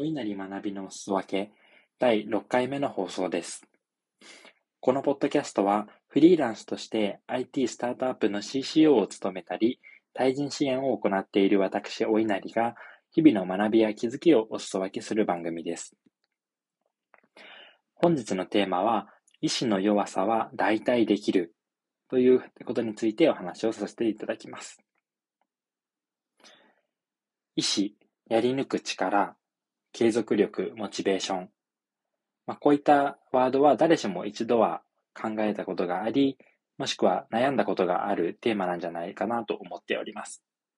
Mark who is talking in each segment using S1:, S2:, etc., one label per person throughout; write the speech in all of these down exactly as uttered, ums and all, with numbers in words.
S1: お稲荷学びのおすそ分けだいろっかいめの放送です。このポッドキャストはフリーランスとして アイティー スタートアップの シーシーオー を務めたり、対人支援を行っている私お稲荷が日々の学びや気づきをおすそ分けする番組です。本日のテーマは、意志の弱さは代替できるということについてお話をさせていただきます。意志、やり抜く力、継続力、モチベーション。まあ、こういったワードは誰しも一度は考えたことがあり、もしくは悩んだことがあるテーマなんじゃないかなと思っております。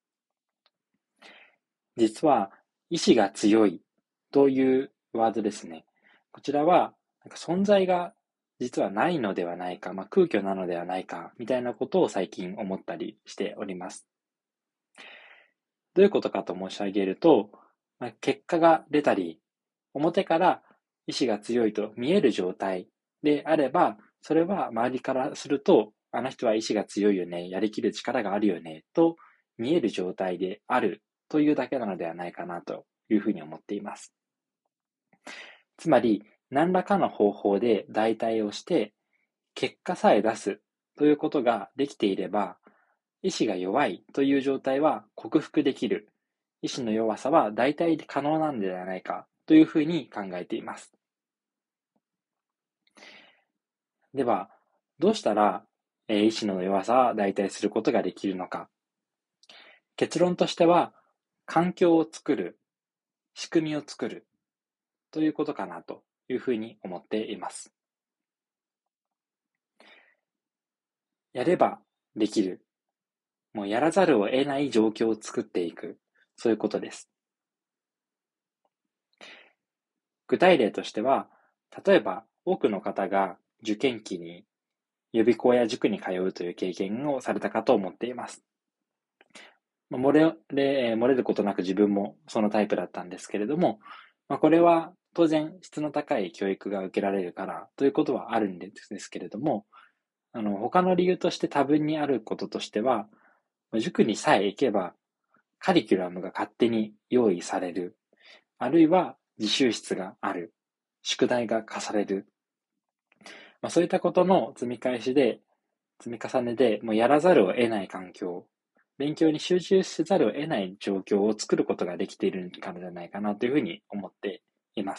S1: 実は、意志が強いというワードですね。こちらは、なんか存在が実はないのではないか、まあ、空虚なのではないか、みたいなことを最近思ったりしております。どういうことかと申し上げると、まあ、結果が出たり、表から意志が強いと見える状態であれば、それは周りからすると、あの人は意志が強いよね、やりきる力があるよね、と見える状態であるというだけなのではないかなというふうに思っています。つまり、何らかの方法で代替をして、結果さえ出すということができていれば、意志が弱いという状態は克服できる。意志の弱さは代替可能なんではないかというふうに考えています。では、どうしたら、えー、意志の弱さは代替することができるのか。結論としては、環境を作る、仕組みを作るということかなというふうに思っています。やればできる。もうやらざるを得ない状況を作っていく。そういうことです。具体例としては、例えば多くの方が受験期に予備校や塾に通うという経験をされたかと思っています。漏れれ漏れることなく自分もそのタイプだったんですけれども、まあ、これは当然質の高い教育が受けられるからということはあるんですけれども、あの他の理由として多分にあることとしては、塾にさえ行けばカリキュラムが勝手に用意される、あるいは自習室がある、宿題が課される、まあ、そういったことの積み返しで、積み重ねで、もうやらざるを得ない環境、勉強に集中せざるを得ない状況を作ることができているからじゃないかなというふうに思っています。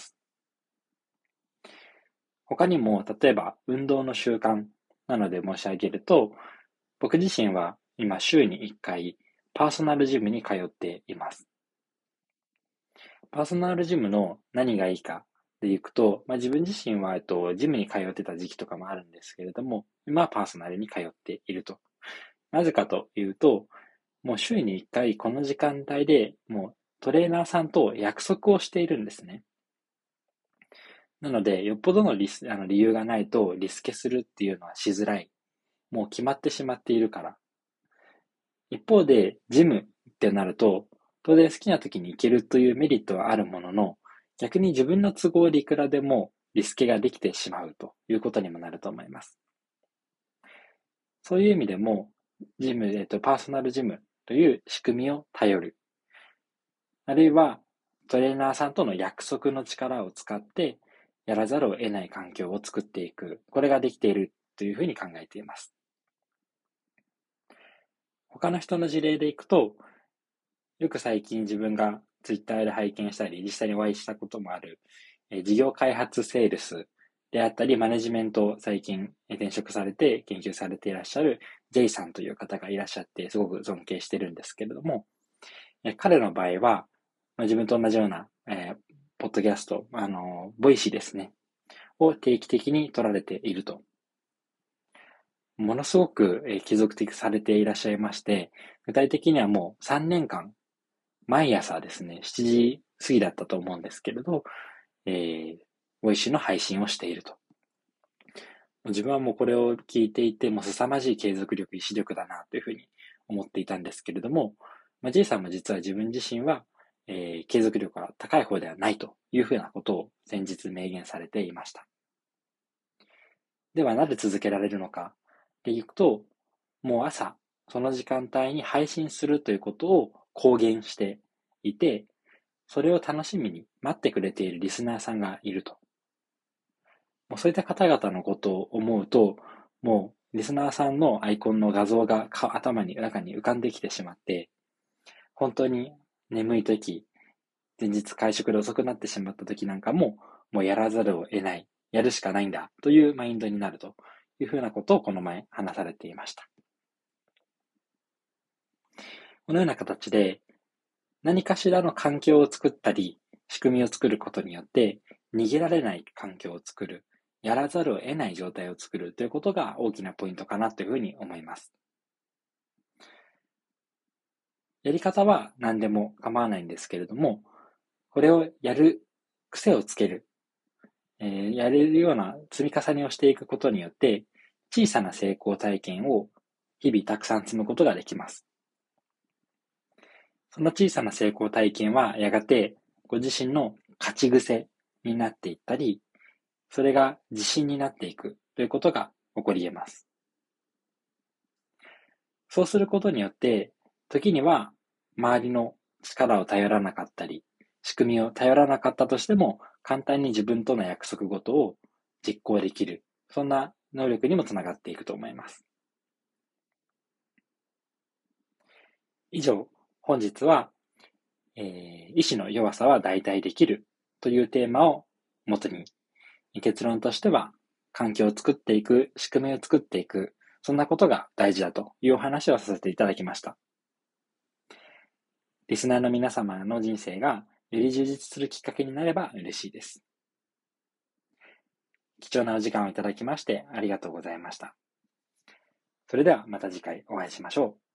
S1: 他にも、例えば運動の習慣なので申し上げると、僕自身は今週にいっかいパーソナルジムに通っています。パーソナルジムの何がいいかでいくと、まあ、自分自身は、えっと、ジムに通ってた時期とかもあるんですけれども、今はパーソナルに通っていると。なぜかというと、もう週にいっかいこの時間帯でもうトレーナーさんと約束をしているんですね。なので、よっぽどのリスあの理由がないとリスケするっていうのはしづらい。もう決まってしまっているから。一方で、ジムってなると、当然好きな時に行けるというメリットはあるものの、逆に自分の都合でいくらでもリスケができてしまうということにもなると思います。そういう意味でも、ジム、えっと、パーソナルジムという仕組みを頼る。あるいは、トレーナーさんとの約束の力を使って、やらざるを得ない環境を作っていく。これができているというふうに考えています。他の人の事例でいくと、よく最近自分がツイッターで拝見したり、実際にお会いしたこともある、え事業開発セールスであったり、マネジメントを最近転職されて研究されていらっしゃる J さんという方がいらっしゃって、すごく尊敬してるんですけれども、え彼の場合は、まあ、自分と同じような、えー、ポッドキャスト、あの、ボイシーですね、を定期的に取られていると。ものすごく、えー継続的されていらっしゃいまして、具体的にはもうさんねんかん、毎朝ですね、しちじ過ぎだったと思うんですけれど、えー、ボイシーの配信をしていると。自分はもうこれを聞いていて、もう凄まじい継続力、意志力だなというふうに思っていたんですけれども、まあ、J さんも実は自分自身は、えー継続力が高い方ではないというふうなことを先日明言されていました。ではなぜ続けられるのかでいくと、もう朝、その時間帯に配信するということを公言していて、 それを楽しみに待ってくれているリスナーさんがいると。もうそういった方々のことを思うと、もうリスナーさんのアイコンの画像が頭に中に浮かんできてしまって、本当に眠い時、前日会食で遅くなってしまった時なんかも、もうやらざるを得ない、やるしかないんだというマインドになるというふうなことをこの前話されていました。このような形で何かしらの環境を作ったり、仕組みを作ることによって逃げられない環境を作る、やらざるを得ない状態を作るということが大きなポイントかなというふうに思います。やり方は何でも構わないんですけれども、これをやる癖をつける、えー、やれるような積み重ねをしていくことによって、小さな成功体験を日々たくさん積むことができます。その小さな成功体験はやがてご自身の勝ち癖になっていったり、それが自信になっていくということが起こり得ます。そうすることによって、時には周りの力を頼らなかったり、仕組みを頼らなかったとしても、簡単に自分との約束事を実行できる、そんな能力にもつながっていくと思います。以上、本日は、えー、意志の弱さは代替できるというテーマを元に、結論としては、環境を作っていく、仕組みを作っていく、そんなことが大事だというお話をさせていただきました。リスナーの皆様の人生がより充実するきっかけになれば嬉しいです。貴重なお時間をいただきましてありがとうございました。それではまた次回お会いしましょう。